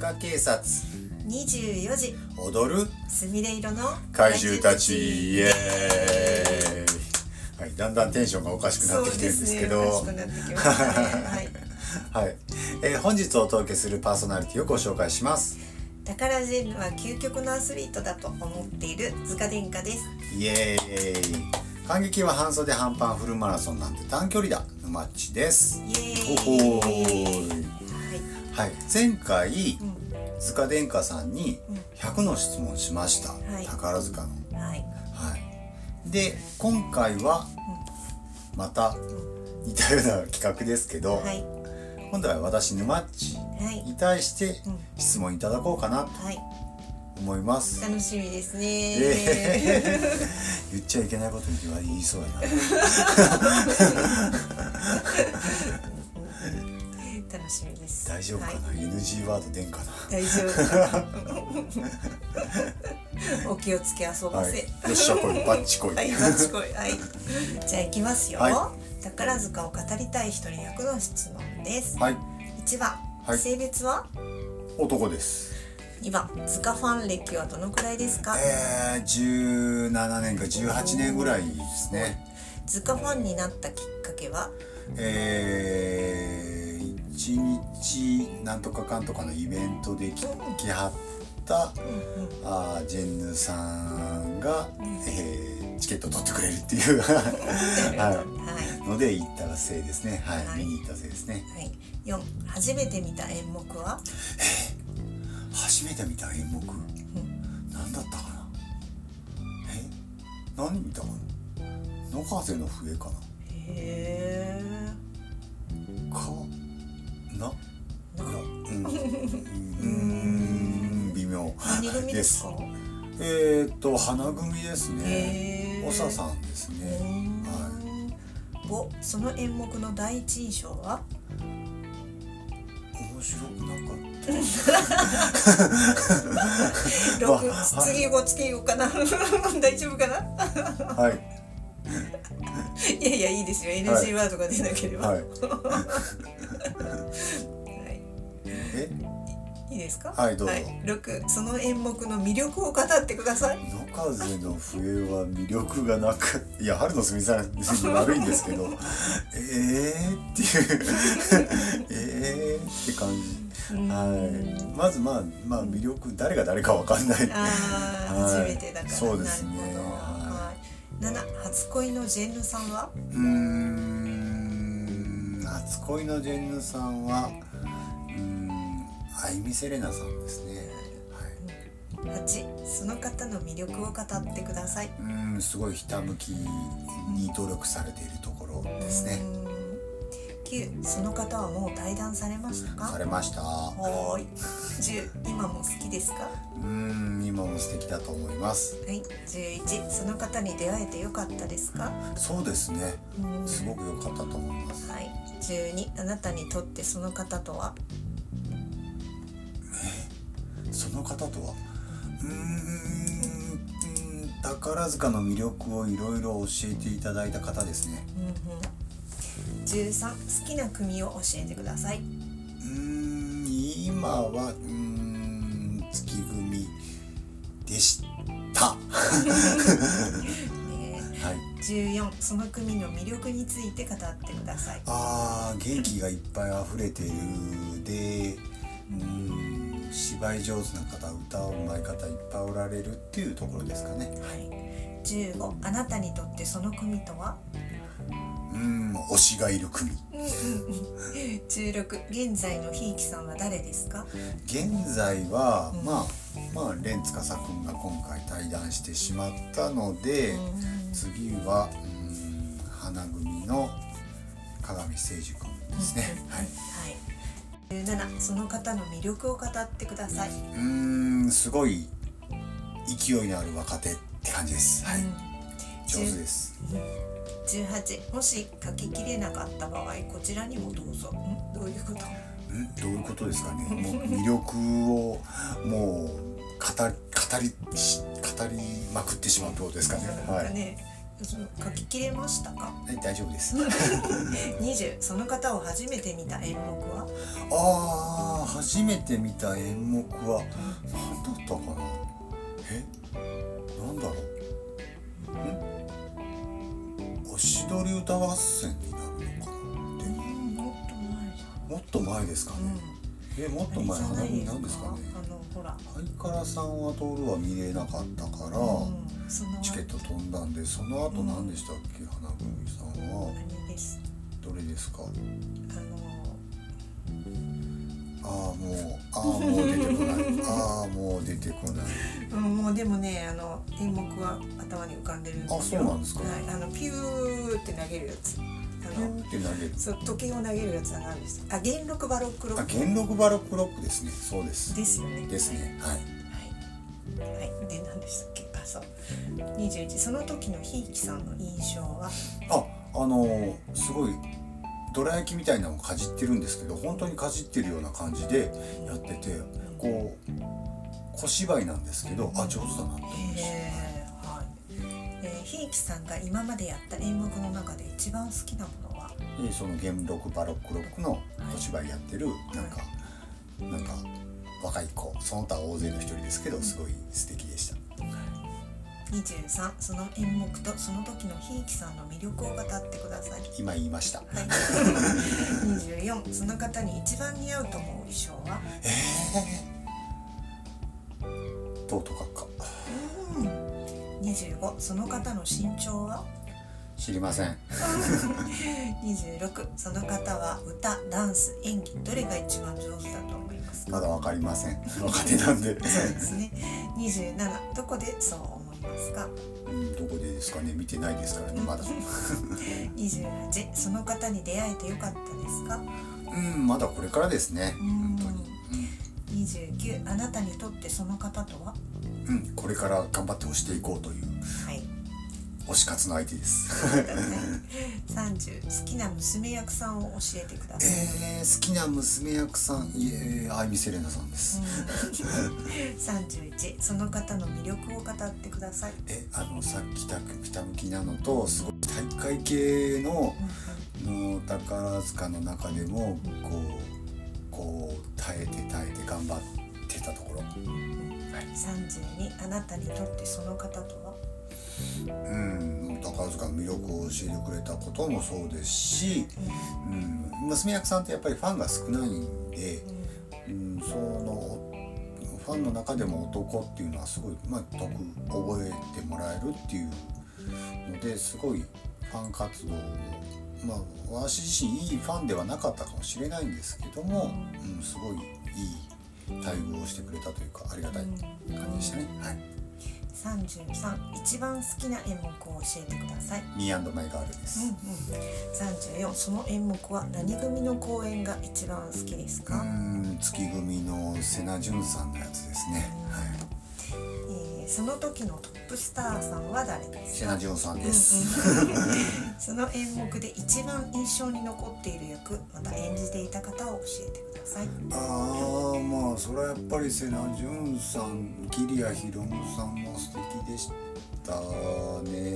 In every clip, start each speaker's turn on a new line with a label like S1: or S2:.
S1: カ警察
S2: 24時
S1: 踊る
S2: すみれ色の
S1: 怪獣たちイエーイ、はい、だんだんテンションがおかしくなってきてるんですけど、
S2: そうですね、おかしくなってきましたね
S1: はい、本日お届けするパーソナリティをご紹介します。
S2: タカラジェンヌは究極のアスリートだと思っている塚殿下です。
S1: イエーイ。感激は半袖半パンフルマラソンなんて短距離だのマッチです。
S2: イエーイ。
S1: おーい、はい、前回、塚殿下さんに100の質問しました、宝塚の、で今回はまた似たような企画ですけど、今度は私沼っちに対して質問いただこうかなと思います。
S2: 楽しみですね。
S1: 言っちゃいけないこと言いそうやな。
S2: 楽しみです。
S1: 大丈夫かな、NG ワード出んかな。
S2: 大丈夫。お気をつけ遊ばせ。
S1: よっしゃこい、バッチこい。
S2: バッチこい。じゃあ行きますよ。宝塚を語りたい人に100の質問です。1番、性別は
S1: 男です。
S2: 2番、塚ファン歴はどのくらいですか
S1: ？17年か18年ぐらいですね。
S2: 塚ファンになったきっかけは
S1: 一日なんとかかんとかのイベントで来はったジェンヌさんがチケット取ってくれるっていうので行ったせいですね。見に行ったせいですね。
S2: 4、初めて見た演目は？
S1: 初めて見た演目、何だったかな。何見たかな。野風の笛かな。微妙。
S2: 何組ですか？
S1: 花組ですね。長さんですね。
S2: 5、その演目の第一印象は？
S1: 面白くなかった。
S2: 6、次言おうかな。大丈夫かな？いやいいですよ。NG ワードが出なければ。いいですか？
S1: どうぞ。
S2: 6、その演目の魅力を語ってください。
S1: 野風の笛は魅力がなく、いや春のすみさんに悪いんですけど、っていうって感じ。まず魅力、誰が誰かわかんない。
S2: 初めてだから。
S1: そうですね。
S2: 7、初恋のジェンヌさんは？
S1: 初恋のジェンヌさんは相見セレナさんですね。
S2: 8、その方の魅力を語ってください。
S1: すごいひたむきに努力されているところですね。
S2: 9、その方はもう対談されましたか？
S1: されました。
S2: 10、今も好きですか？
S1: 今も素敵だと思います。
S2: 11、その方に出会えてよかったですか？
S1: そうですね。すごく良かったと思います。
S2: 12、あなたにとってその方とは？
S1: その方とは宝塚の魅力をいろいろ教えていただいた方ですね。
S2: 13、好きな組を教えてください。
S1: 今は月組でした。
S2: 14、その組の魅力について語ってください。
S1: 元気がいっぱい溢れているで、芝居上手な方、歌うまい方いっぱいおられるっていうところですかね。
S2: 15、あなたにとってその組とは？
S1: 推しがいる組。
S2: 16、現在のひいきさんは誰ですか？
S1: 現在は蓮司君が今回対談してしまったので、次は花組の鏡誠司君ですね。
S2: 17、その方の魅力を語ってください。
S1: すごい勢いのある若手って感じです。上手です。
S2: 18、もし書ききれなかった場合こちらにもどうぞ。どういうこと？
S1: どういうことですかね。もう魅力をもう語りまくってしまうってことですかね。
S2: 書ききれましたか？
S1: 大丈夫です。
S2: 20、その方を初めて見た演目は？
S1: 初めて見た演目は何だったかな。なんだろう。おしどり歌合戦になるのかな。もっと前ですかね。もっと前、花組なんですかね。
S2: ほら、
S1: ハイカラさんは通るは見れなかったから、チケット飛んだんで、その後何でしたっけ、花組さんは。どれですか。もう出てこない。もう出てこない。
S2: もうでもね、演目は頭に浮かんでるんですよ。
S1: そうなんですか。
S2: ピューって投げるやつ。そう、時計を投げるやつは何ですか。元禄バロックロック。
S1: 元禄バロックロックですね。そうです。
S2: ですよね。
S1: ですね。はい。
S2: で、何でしたっけ。そう。21、その時のひいきさんの印象は。
S1: すごいどら焼きみたいなのをかじってるんですけど、本当にかじってるような感じでやってて、こう小芝居なんですけど、上手だなって思いました。
S2: ひいきさんが今までやった演目の中で一番好きなものは？
S1: その元禄バロックロックの小芝居やってるなんか若い子、その他大勢の一人ですけど、すごい素敵でした。
S2: 23、その演目とその時のひいきさんの魅力を語ってください。
S1: 今言いました。
S2: 24、その方に一番似合うと思う衣装は？
S1: どうとかか。
S2: 25、その方の身長は？
S1: 知りません。
S2: 26、その方は歌、ダンス、演技、どれが一番上手だと思いますか？
S1: まだわかりません。若手なんで。
S2: そうですね。27、どこでそう思いますか？
S1: どこでですかね。見てないですからね、まだ。
S2: 28、その方に出会えてよかったですか？
S1: まだこれからですね。本当に。
S2: 29、あなたにとってその方とは？
S1: これから頑張って押していこうという。推し活の相手です。
S2: 30、好きな娘役さんを教えてください。
S1: 好きな娘役さん、相見セレナさんです。
S2: 31、その方の魅力を語ってください。
S1: さっきひたむきなのと、すごい体育会系の宝塚の中でもこう耐えて頑張ってたところ。
S2: 32、あなたにとってその方とは？
S1: 宝塚の魅力を教えてくれたこともそうですし、娘役さんってやっぱりファンが少ないんで、そのファンの中でも男っていうのはすごい、覚えてもらえるっていうのですごいファン活動も、私自身いいファンではなかったかもしれないんですけども、すごいいい待遇をしてくれたというか、ありがたい感じでしたね。
S2: 33、一番好きな演目を教えてください。
S1: Me and My Girl です。
S2: 34、その演目は何組の公演が一番好きですか？
S1: 月組の瀬名淳さんのやつですね。
S2: その時のトップスターさんは誰ですか？
S1: 瀬名淳さんです。
S2: その演目で一番印象に残っている役、また演じていた方を教えてください。
S1: それはやっぱり瀬名淳さん、桐谷ひろむさんも素敵でしたね。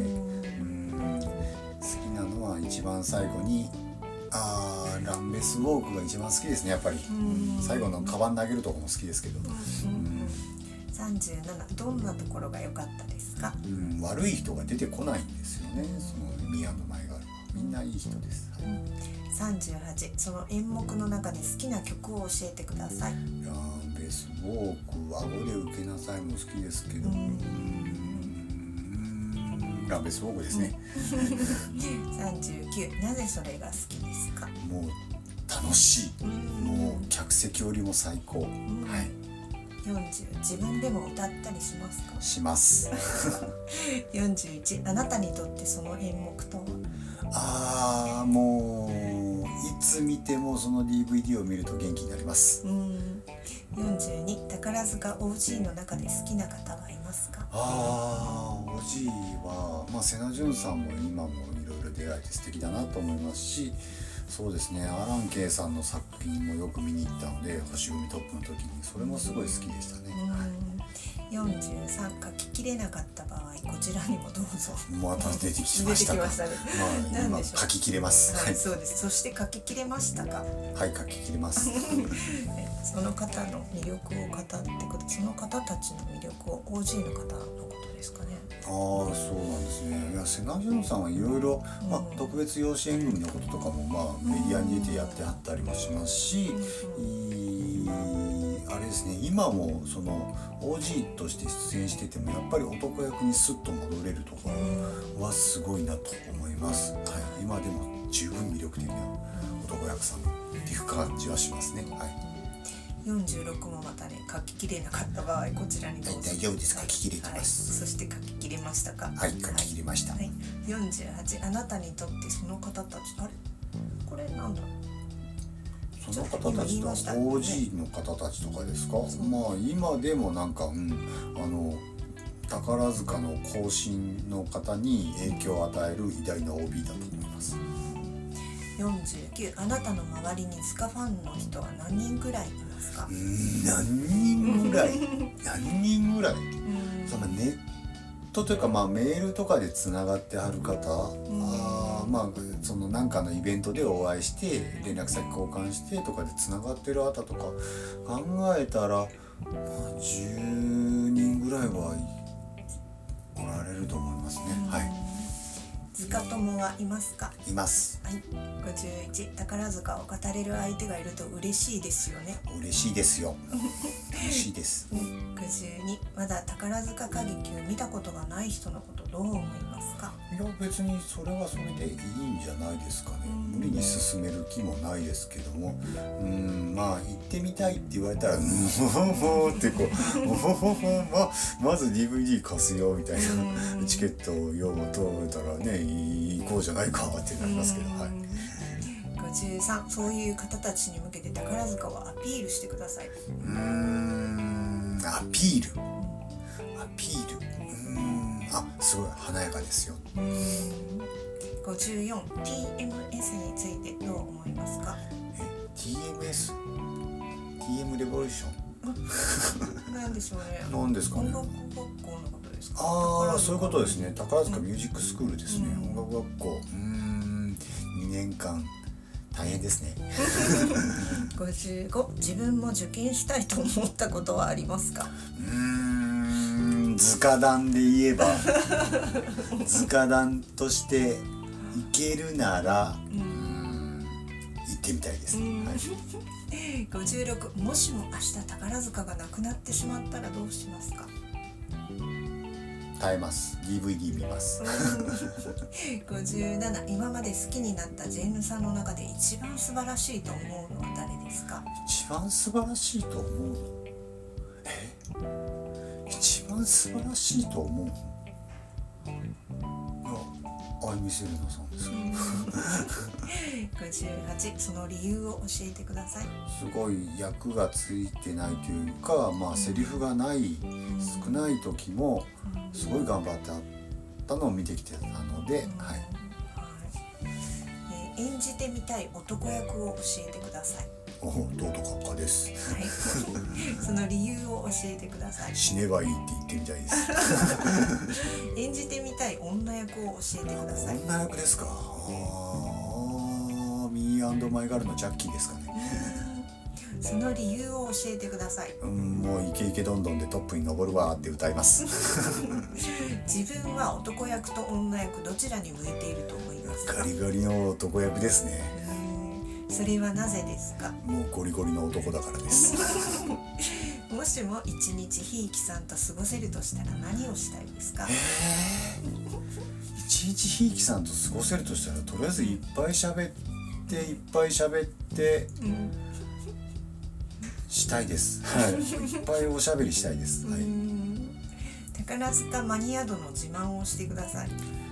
S1: 好きなのは一番最後にランベスウォークが一番好きですね。やっぱり最後のカバン投げるとこも好きですけど。
S2: 37、どんなところが良かったですか？
S1: 悪い人が出てこないんですよね。そのミアの前があるみんないい人です。
S2: 38、その演目の中で好きな曲を教えてください。
S1: ランベスウォーク、顎で受けなさいも好きですけど、ランベスウォークですね。
S2: 39、なぜそれが好きですか？
S1: もう楽しい。もう客席よりも最高。
S2: 40、自分でも歌ったりしますか？
S1: します。
S2: 41、あなたにとってその演目とは？
S1: もういつ見てもその DVD を見ると元気になります。
S2: 42、宝塚 OG の中で好きな方はいますか
S1: ？OG は瀬名淳さんも今もいろいろ出会えて素敵だなと思いますし、そうですね、アラン・ケイさんの作品もよく見に行ったので、星組トップの時にそれもすごい好きでしたね。
S2: 43、書ききれなかった場合こちらにもどうぞ。
S1: また出てきましたか。
S2: 出てきましたね。
S1: まあ今書ききれます。
S2: はい、そうです。そして書ききれましたか。
S1: はい、書ききれます。
S2: その方の魅力を語ってくる、その方たちの魅力を OG の方のことですかね。
S1: ああ、そうなんですね。いや、セナジョンさんはいろいろ、特別養子縁組のこととかもメディアに出てやってはったりもしますし、あれですね、今もその OG として出演しててもやっぱり男役にスッと戻れるところはすごいなと思います。はい、今でも十分魅力的な男役さんっていう感じはしますね。はい。
S2: 46もまたね、書ききれなかった場合こちらにどうぞ。
S1: 大丈夫です。書ききれてます。
S2: そして書ききれましたか。
S1: はい、書ききれました。
S2: 48、あなたにとってその方たち、あれこれなんだ。
S1: その方たちと OG の方たちとかですか。まあ今でもなんか、宝塚の後進の方に影響を与える偉大な OB だと思います。
S2: 49、あなたの周りに塚ファンの人は何人ぐらいいますか。
S1: 何人ぐらい何人ぐらい、そのネットというか、メールとかでつながってある方、その何かのイベントでお会いして連絡先交換してとかでつながってる方とか考えたら、10人ぐらいはおられると思いますね。はい。
S2: 塚友はいますか。
S1: います。
S2: はい。51、宝塚を語れる相手がいると嬉しいですよね。
S1: 嬉しいですよ。嬉しいです。
S2: 52、まだ宝塚歌劇を見たことがない人のことどう思いますか。
S1: いや、別にそれはそれでいいんじゃないですかね。無理に進める気もないですけども、行ってみたいって言われたらってまず DVD 貸すよみたいな、チケットを取れたらね、行こうじゃないかってなりますけど。はい。
S2: 53、そういう方たちに向けて宝塚をアピールしてください。
S1: アピール、すごい華やかですよ。
S2: 54、TMS についてどう思いますか。
S1: TM レボリューション
S2: なんでしょうね。
S1: なんですかね。
S2: 音楽学校のことですか。
S1: そういうことですね。宝塚ミュージックスクールですね。音楽学校。2年間大変ですね。
S2: 55、自分も受験したいと思ったことはありますか。
S1: 塚団で言えば塚団として行けるなら、行ってみたいです。
S2: 56、もしも明日宝塚がなくなってしまったらどうしますか。
S1: 耐えます。 DVD 見ます。
S2: 57、今まで好きになったジェンヌさんの中で一番素晴らしいと思うのは誰ですか。
S1: 一番素晴らしいと思う、一番素晴らしいと思う相見セレナさんですか。
S2: 58、その理由を教えてください。
S1: すごい役がついてないというか、セリフがない少ない時もすごい頑張ってあったのを見てきてたので、
S2: 演じてみたい男役を教えてください。
S1: どうと閣下です。
S2: その理由を教えてください。
S1: 死ねばいいって言ってみたいです。
S2: 演じてみたい女役を教えてください。
S1: 女役ですか。ミー&マイガールのジャッキーですかね。
S2: その理由を教えてください。
S1: もうイケイケどんどんでトップに登るわって歌います。
S2: 自分は男役と女役どちらに向いていると思いますか。
S1: ガリガリの男役ですね。
S2: それはなぜですか。
S1: もうゴリゴリの男だからです。
S2: もしも一日ひいきさんと過ごせるとしたら何をしたいですか。
S1: 一日ひいきさんと過ごせるとしたら、とりあえずいっぱい喋ってしたいです。いっぱいおしゃべりしたいです。
S2: 宝塚マニア度の自慢をしてください。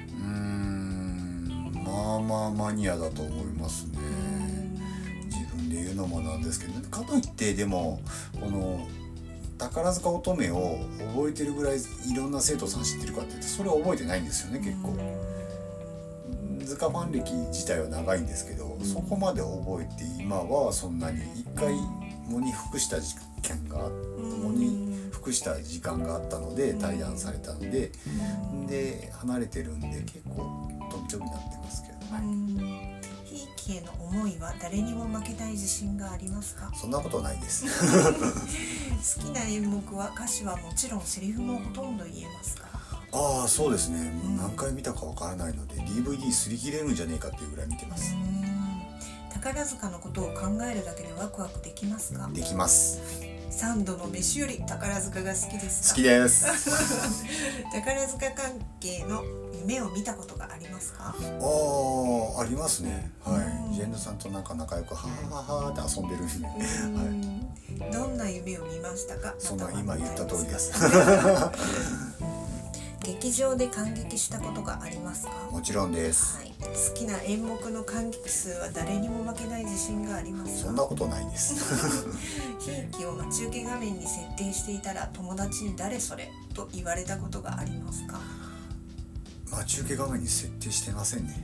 S1: マニアだと思いますね。自分で言うのもなんですけど、かといってでもこの宝塚乙女を覚えてるぐらいいろんな生徒さん知ってるかって言って、それは覚えてないんですよね。結構塚ファン歴自体は長いんですけど、そこまで覚えて今はそんなに。一回喪に服した事件が喪に服服した時間があったので対談されたので、で離れてるんで結構飛び飛びになってますけど、
S2: ひいきへの思いは誰にも負けない自信がありますか？
S1: そんなことないです
S2: 好きな演目は歌詞はもちろんセリフもほとんど言えますか？
S1: ああ、そうですね。もう何回見たかわからないので、DVD 擦り切れるんじゃねえかっていうぐらい見てます。
S2: 宝塚のことを考えるだけでワクワクできますか？
S1: できます。
S2: 三度の飯より宝塚が好きですか？
S1: 好きです。
S2: 宝塚関係の夢を見たことがありますか？
S1: ありますね。はい。ジェンヌさんとなんか仲良くはーはーって遊んでるんで、
S2: はい。どんな夢を見ましたか？
S1: そんな今言った通りです。
S2: 劇場で感激したことがありますか？
S1: もちろんです。
S2: はい。好きな演目の感激数は誰にも負けない自信がありますか？
S1: そんなことないです。
S2: ひいきを待ち受け画面に設定していたら友達に誰それと言われたことがありますか？
S1: 待ち受け画面に設定してませんね。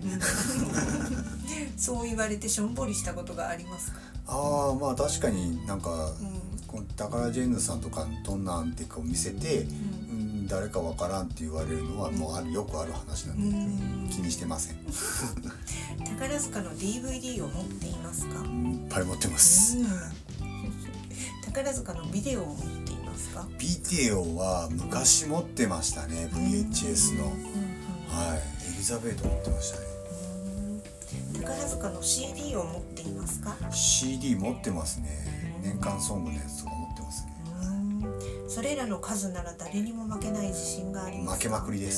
S2: そう言われてしょんぼりしたことがありますか？
S1: まあ確かになんか、この宝ジェンヌさんとかどんなんっていうかを見せて、誰かわからんって言われるのはもうよくある話なんで、気にしてません。
S2: 宝塚の DVD を持っていますか？
S1: いっぱい持ってます。
S2: 宝塚のビデオを持っていますか？
S1: ビデオは昔持ってましたね。 VHS の、はい、エリザベート持ってましたね。
S2: 宝塚の CD を持っていますか？
S1: CD 持ってますね。年間ソングのやつとか持ってますね。
S2: それらの数なら誰にも負けない自信がありますか？
S1: 負けまくりです。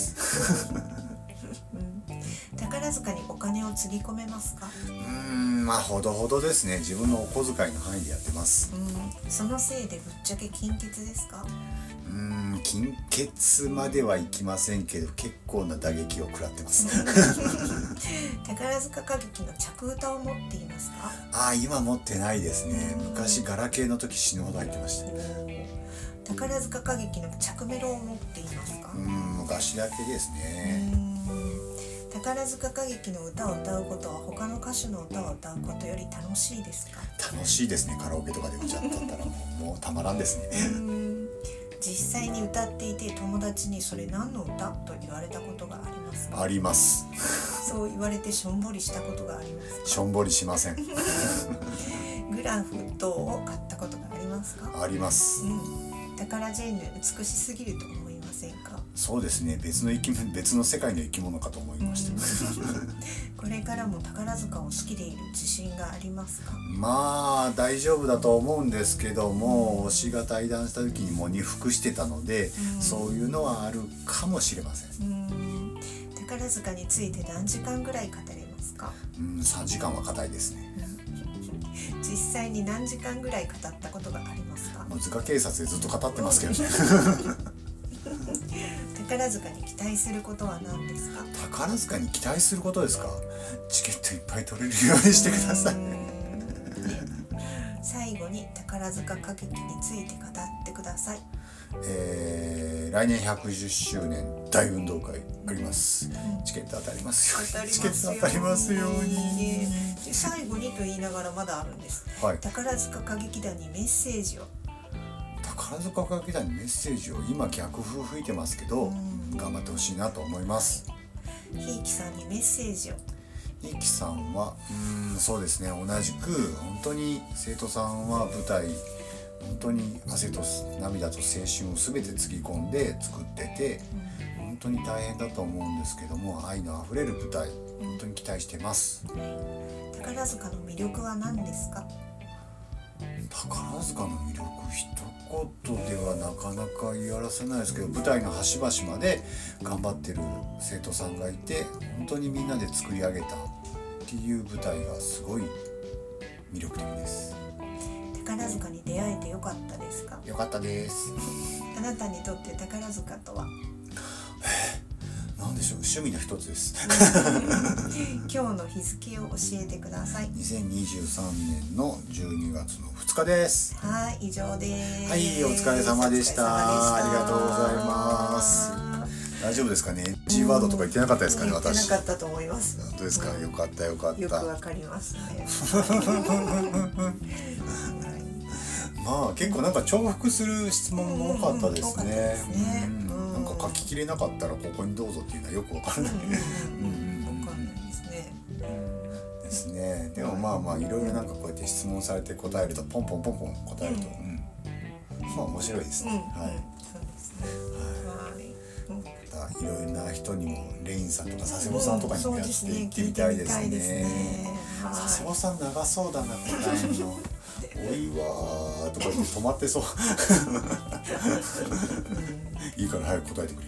S2: 宝塚にお金をつぎ込めますか？
S1: まあほどほどですね。自分のお小遣いの範囲でやってます。
S2: そのせいでぶっちゃけ金欠ですか？
S1: 金欠まではいきませんけど結構な打撃を食らってます。
S2: 宝塚歌劇の着歌を持っていますか？
S1: 今持ってないですね。昔ガラケーの時死ぬほど入ってました。
S2: 宝塚歌劇の着メロを持っていますか？
S1: 昔だけですね。
S2: 宝塚歌劇の歌を歌うことは他の歌手の歌を歌うことより楽しいですか？
S1: 楽しいですね。カラオケとかで歌っとったらもうたまらんですね。
S2: 実際に歌っていて友達にそれ何の歌と言われたことがありますか？
S1: あります。
S2: そう言われてしょんぼりしたことがありますか？
S1: しょんぼりしません。
S2: グラフ等を買ったことがありますか？
S1: あります。
S2: 宝ジェンヌ美しすぎると思いませんか？
S1: そうですね。別の世界の生き物かと思いました。
S2: これからも宝塚を好きでいる自信がありますか？
S1: まあ大丈夫だと思うんですけども、推しが対談した時にも二服してたので、そういうのはあるかもしれません。
S2: 宝塚について何時間ぐらい語れますか
S1: ？3時間は硬いですね。
S2: 実際に何時間ぐらい語ったことがありますか？
S1: 塚警察でずっと語ってますけどね。
S2: 宝塚に期待することは何ですか？
S1: 宝塚に期待することですか？チケットいっぱい取れるようにしてください。
S2: 最後に宝塚歌劇について語ってください。
S1: 来年110周年大運動会あります。チケット当たりますように。チケット当たりますように。
S2: 最後にと言いながらまだあるんです。宝塚歌劇団にメッセージを。
S1: 宝塚歌劇団にメッセージを。今逆風吹いてますけど、頑張ってほしいなと思います。
S2: ひいきさんにメッセージを。
S1: ひいきさんはそうですね。同じく本当に生徒さんは舞台本当に汗と涙と青春を全てつぎ込んで作ってて、本当に大変だと思うんですけども、愛のあふれる舞台本当に期待してます。
S2: 宝塚の魅力は何ですか？
S1: 宝塚の魅力一言ではなかなか言い表せないですけど、舞台の端々まで頑張ってる生徒さんがいて、本当にみんなで作り上げたっていう舞台がすごい魅力的です。
S2: 宝塚に出会えてよかったですか？
S1: よかったです。
S2: あなたにとって宝塚とは？
S1: なんでしょう、趣味の一つです。
S2: 今日の日付を教えてください。
S1: 2023年の12月の2日です。
S2: はい、以上です。
S1: はい、お疲れ様でした。ありがとうございます。大丈夫ですかね。G ワードとか言ってなかったですかね。私。
S2: 言ってなかったと思います。
S1: 本当ですか。よかったよかった。
S2: よくわかりますね。
S1: まあ結構なんか重複する質問も多かったですね。なんか書ききれなかったらここにどうぞっていうのはよくわからない。ですね。でもまあまあいろいろなんかこうやって質問されて答えるとポンポンポンポン答えると、まあ面白いですね。はい。そうですね。はい。いろいろな人にもレインさんとか佐世保さんとかにもやっていってみたいですね。佐世保さん長そうだな答えるの。おいわーとか言って止まってそう。いいから早く答えてくれ。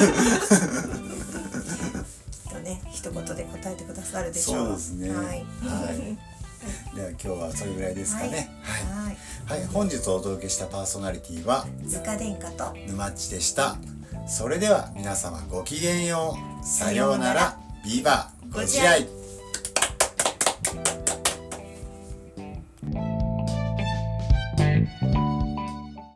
S2: 一言で答えてくださるでしょう。
S1: そうですね。はい。では今日はそれぐらいですかね。はい。本日お届けしたパーソナリティは
S2: 塚殿下と
S1: 沼っちでした。それでは皆様ごきげんよう。さようなら。ビバご自愛。